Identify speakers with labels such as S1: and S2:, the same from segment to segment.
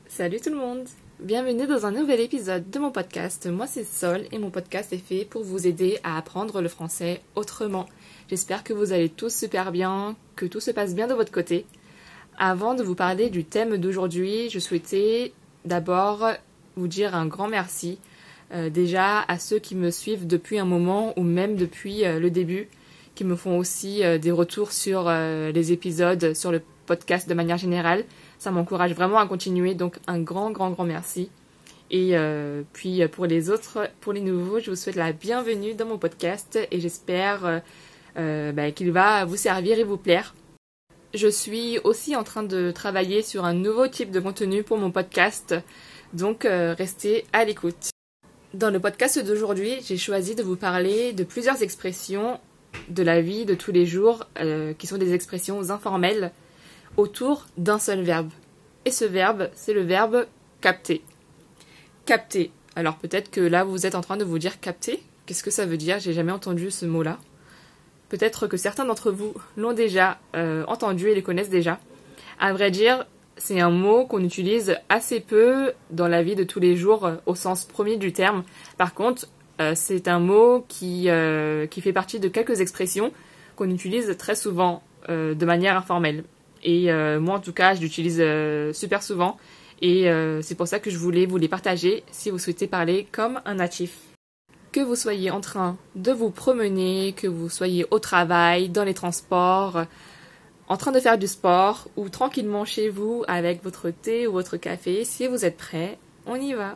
S1: Salut tout le monde! Bienvenue dans un nouvel épisode de mon podcast. Moi c'est Sol et mon podcast est fait pour vous aider à apprendre le français autrement. J'espère que vous allez tous super bien, que tout se passe bien de votre côté. Avant de vous parler du thème d'aujourd'hui, je souhaitais d'abord vous dire un grand merci. Déjà à ceux qui me suivent depuis un moment ou même depuis le début, qui me font aussi des retours sur les épisodes, sur le podcast de manière générale. Ça m'encourage vraiment à continuer, donc un grand merci. Et puis pour les autres, pour les nouveaux, je vous souhaite la bienvenue dans mon podcast et j'espère qu'il va vous servir et vous plaire. Je suis aussi en train de travailler sur un nouveau type de contenu pour mon podcast, donc restez à l'écoute. Dans le podcast d'aujourd'hui, j'ai choisi de vous parler de plusieurs expressions de la vie de tous les jours, qui sont des expressions informelles, autour d'un seul verbe. Et ce verbe, c'est le verbe capter. Capter. Alors peut-être que là, vous êtes en train de vous dire capter. Qu'est-ce que ça veut dire? J'ai jamais entendu ce mot-là. Peut-être que certains d'entre vous l'ont déjà entendu et le connaissent déjà. À vrai dire, c'est un mot qu'on utilise assez peu dans la vie de tous les jours au sens premier du terme. Par contre, c'est un mot qui fait partie de quelques expressions qu'on utilise très souvent de manière informelle. Et moi en tout cas je l'utilise super souvent et c'est pour ça que je voulais vous les partager si vous souhaitez parler comme un natif. Que vous soyez en train de vous promener, que vous soyez au travail, dans les transports, en train de faire du sport ou tranquillement chez vous avec votre thé ou votre café, si vous êtes prêts, on y va.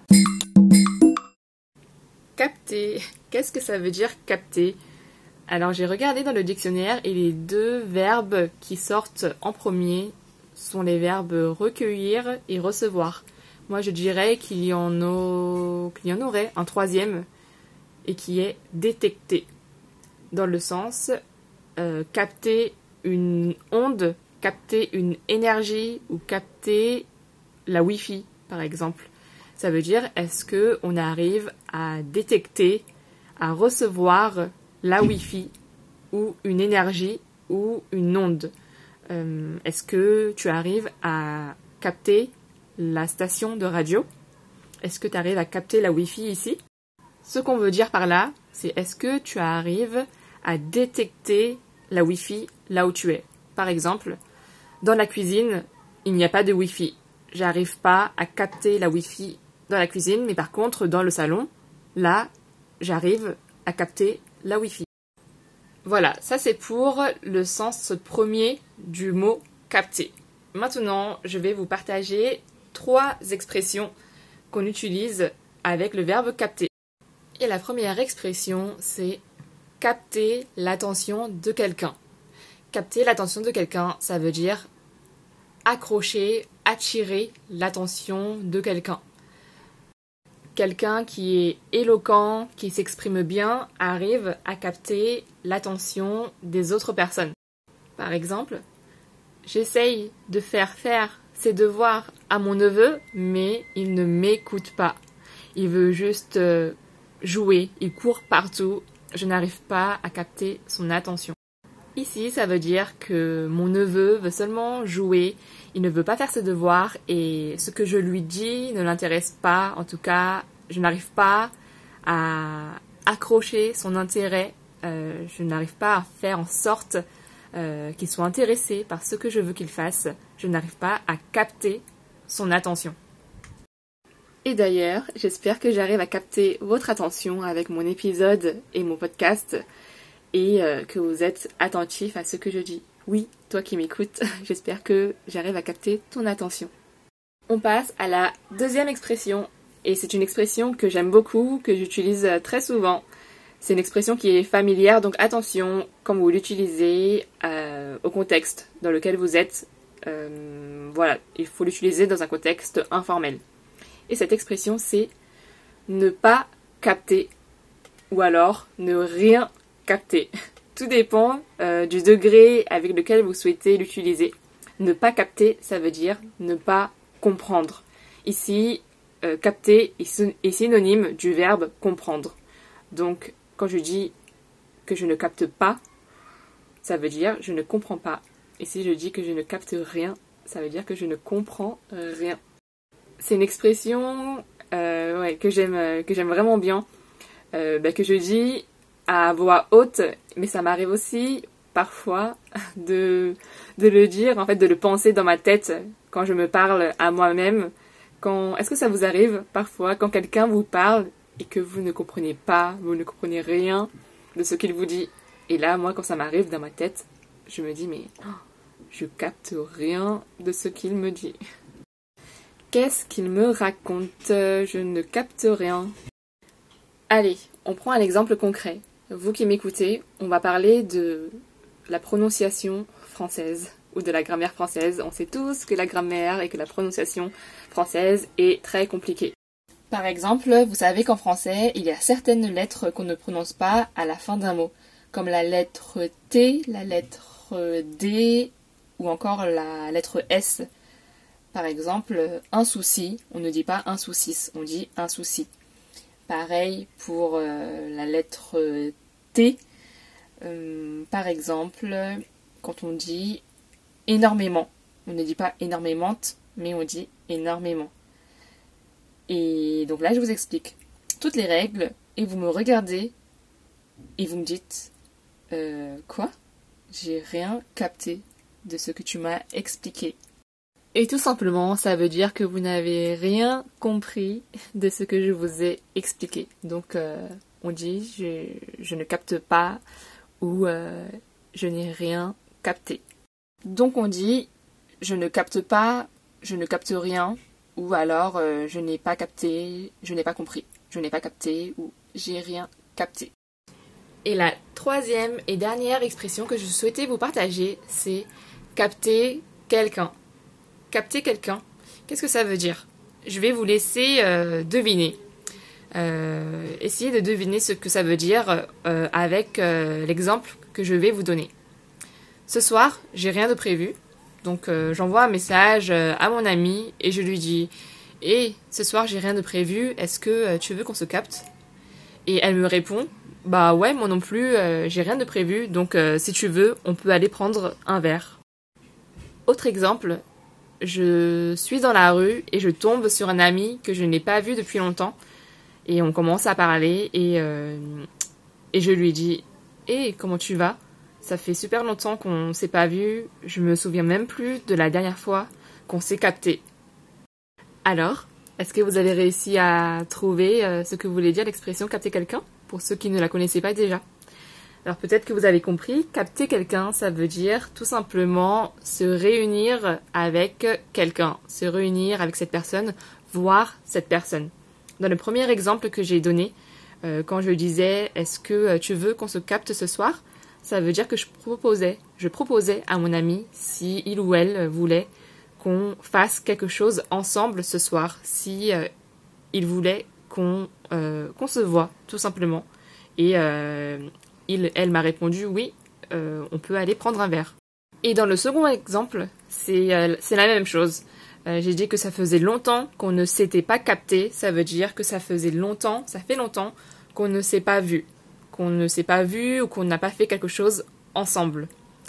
S1: Capter. Qu'est-ce que ça veut dire capter ? Alors j'ai regardé dans le dictionnaire et les deux verbes qui sortent en premier sont les verbes recueillir et recevoir. Moi je dirais qu'il y en aurait un troisième et qui est détecter. Dans le sens capter une onde, capter une énergie ou capter la Wi-Fi par exemple. Ça veut dire est-ce qu'on arrive à détecter, à recevoir la Wi-Fi ou une énergie ou une onde. Est-ce que tu arrives à capter la station de radio? Est-ce que tu arrives à capter la Wi-Fi ici? Ce qu'on veut dire par là, c'est est-ce que tu arrives à détecter la Wi-Fi là où tu es? Par exemple, dans la cuisine, il n'y a pas de Wi-Fi. J'arrive pas à capter la Wi-Fi dans la cuisine, mais par contre, dans le salon, là, j'arrive à capter la Wi-Fi. Voilà, ça c'est pour le sens premier du mot capter. Maintenant, je vais vous partager 3 expressions qu'on utilise avec le verbe capter. Et la première expression, c'est capter l'attention de quelqu'un. Capter l'attention de quelqu'un, ça veut dire accrocher, attirer l'attention de quelqu'un. Quelqu'un qui est éloquent, qui s'exprime bien, arrive à capter l'attention des autres personnes. Par exemple, j'essaye de faire ses devoirs à mon neveu, mais il ne m'écoute pas. Il veut juste jouer, il court partout, je n'arrive pas à capter son attention. Ici, ça veut dire que mon neveu veut seulement jouer, il ne veut pas faire ses devoirs et ce que je lui dis ne l'intéresse pas. En tout cas, je n'arrive pas à accrocher son intérêt, je n'arrive pas à faire en sorte qu'il soit intéressé par ce que je veux qu'il fasse. Je n'arrive pas à capter son attention. Et d'ailleurs, j'espère que j'arrive à capter votre attention avec mon épisode et mon podcast et que vous êtes attentifs à ce que je dis. Oui, toi qui m'écoutes, j'espère que j'arrive à capter ton attention. On passe à la deuxième expression et c'est une expression que j'aime beaucoup, que j'utilise très souvent. C'est une expression qui est familière, donc attention quand vous l'utilisez au contexte dans lequel vous êtes. Voilà, il faut l'utiliser dans un contexte informel. Et cette expression, c'est ne pas capter ou alors ne rien capter. Tout dépend du degré avec lequel vous souhaitez l'utiliser. Ne pas capter, ça veut dire ne pas comprendre. Ici, capter est synonyme du verbe comprendre. Donc, quand je dis que je ne capte pas, ça veut dire je ne comprends pas. Et si je dis que je ne capte rien, ça veut dire que je ne comprends rien. c'est une expression que j'aime vraiment bien, que je dis à voix haute, mais ça m'arrive aussi parfois de le dire, en fait, de le penser dans ma tête quand je me parle à moi-même. Est-ce que ça vous arrive parfois quand quelqu'un vous parle et que vous ne comprenez pas, vous ne comprenez rien de ce qu'il vous dit? Et là, moi, quand ça m'arrive dans ma tête, je me dis, mais je capte rien de ce qu'il me dit. Qu'est-ce qu'il me raconte? Je ne capte rien. Allez, on prend un exemple concret. Vous qui m'écoutez, on va parler de la prononciation française ou de la grammaire française. On sait tous que la grammaire et que la prononciation française est très compliquée. Par exemple, vous savez qu'en français, il y a certaines lettres qu'on ne prononce pas à la fin d'un mot, comme la lettre T, la lettre D ou encore la lettre S. Par exemple, un souci, on ne dit pas un soucis, on dit un souci. Pareil pour la lettre T. Par exemple, quand on dit énormément, on ne dit pas énormément, mais on dit énormément. Et donc là, je vous explique toutes les règles et vous me regardez et vous me dites quoi? J'ai rien capté de ce que tu m'as expliqué. Et tout simplement, ça veut dire que vous n'avez rien compris de ce que je vous ai expliqué. Donc, on dit je ne capte pas ou je n'ai rien capté. Donc, on dit je ne capte pas, je ne capte rien ou alors je n'ai pas capté, je n'ai pas compris. Je n'ai pas capté ou j'ai rien capté. Et la troisième et dernière expression que je souhaitais vous partager, c'est capter quelqu'un. Capter quelqu'un, qu'est-ce que ça veut dire? Je vais vous laisser deviner. Essayez de deviner ce que ça veut dire avec l'exemple que je vais vous donner. Ce soir, j'ai rien de prévu. Donc j'envoie un message à mon amie et je lui dis « Hey, ce soir j'ai rien de prévu, est-ce que tu veux qu'on se capte ?» Et elle me répond « Bah ouais, moi non plus, j'ai rien de prévu, donc si tu veux, on peut aller prendre un verre. » Autre exemple, je suis dans la rue et je tombe sur un ami que je n'ai pas vu depuis longtemps et on commence à parler et je lui dis « Hey, comment tu vas ? Ça fait super longtemps qu'on s'est pas vu, je me souviens même plus de la dernière fois qu'on s'est capté. » Alors, est-ce que vous avez réussi à trouver ce que voulait dire l'expression « capter quelqu'un » pour ceux qui ne la connaissaient pas déjà? Alors peut-être que vous avez compris, capter quelqu'un, ça veut dire tout simplement se réunir avec quelqu'un, se réunir avec cette personne, voir cette personne. Dans le premier exemple que j'ai donné, quand je disais « Est-ce que tu veux qu'on se capte ce soir ?» ça veut dire que je proposais à mon ami si il ou elle voulait qu'on fasse quelque chose ensemble ce soir, si il voulait qu'on se voit tout simplement. Et elle m'a répondu oui, on peut aller prendre un verre. Et dans le second exemple, c'est la même chose. J'ai dit que ça faisait longtemps qu'on ne s'était pas capté, ça veut dire que ça fait longtemps qu'on ne s'est pas vu. Ou qu'on n'a pas fait quelque chose ensemble.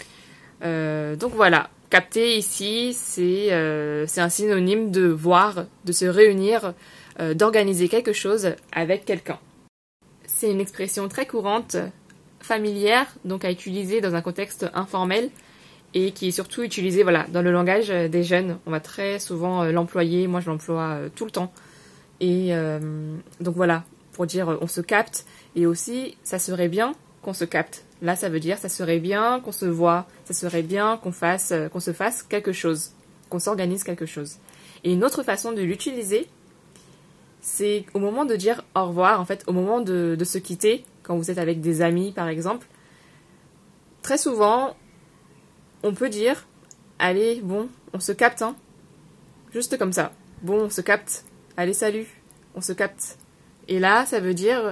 S1: Donc voilà, capter ici, c'est un synonyme de voir, de se réunir, d'organiser quelque chose avec quelqu'un. C'est une expression très courante, familière, donc à utiliser dans un contexte informel et qui est surtout utilisée dans le langage des jeunes. On va très souvent l'employer, moi je l'emploie tout le temps. Et donc voilà, pour dire on se capte. Et aussi, ça serait bien qu'on se capte. Là, ça veut dire ça serait bien qu'on se voit, ça serait bien qu'on se fasse quelque chose, qu'on s'organise quelque chose. Et une autre façon de l'utiliser, c'est au moment de dire au revoir, en fait, au moment de se quitter, quand vous êtes avec des amis, par exemple. Très souvent, on peut dire « Allez, bon, on se capte, hein ?» Juste comme ça. « Bon, on se capte. Allez, salut, on se capte. » Et là, ça veut dire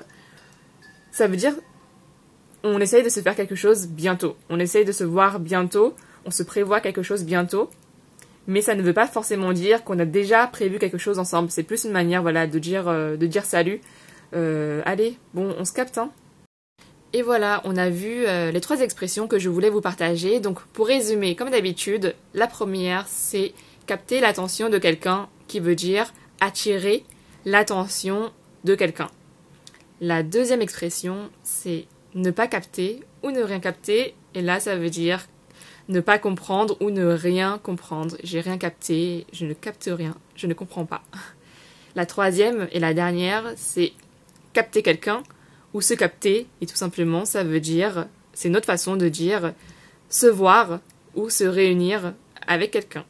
S1: on essaye de se faire quelque chose bientôt. On essaye de se voir bientôt. On se prévoit quelque chose bientôt. Mais ça ne veut pas forcément dire qu'on a déjà prévu quelque chose ensemble. C'est plus une manière de dire salut. Allez, bon, on se capte, hein. Et voilà, on a vu les 3 expressions que je voulais vous partager. Donc pour résumer, comme d'habitude, la première, c'est capter l'attention de quelqu'un qui veut dire « attirer l'attention de quelqu'un. La deuxième expression, c'est ne pas capter ou ne rien capter. Et là, ça veut dire ne pas comprendre ou ne rien comprendre. J'ai rien capté, je ne capte rien, je ne comprends pas. La troisième et la dernière, c'est capter quelqu'un ou se capter. Et tout simplement, ça veut dire, c'est notre façon de dire se voir ou se réunir avec quelqu'un.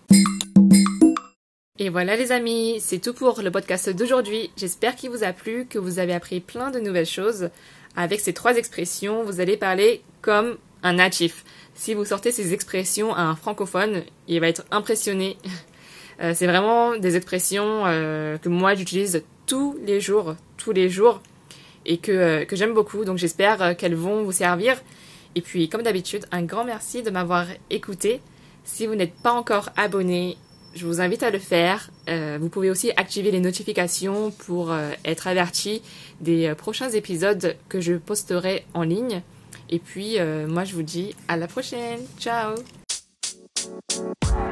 S1: Et voilà les amis, c'est tout pour le podcast d'aujourd'hui. J'espère qu'il vous a plu, que vous avez appris plein de nouvelles choses. Avec ces 3 expressions, vous allez parler comme un natif. Si vous sortez ces expressions à un francophone, il va être impressionné. C'est vraiment des expressions que moi j'utilise tous les jours, et que j'aime beaucoup. Donc j'espère qu'elles vont vous servir. Et puis comme d'habitude, un grand merci de m'avoir écouté. Si vous n'êtes pas encore abonné, je vous invite à le faire. Vous pouvez aussi activer les notifications pour être averti des prochains épisodes que je posterai en ligne. Et puis, moi, je vous dis à la prochaine. Ciao!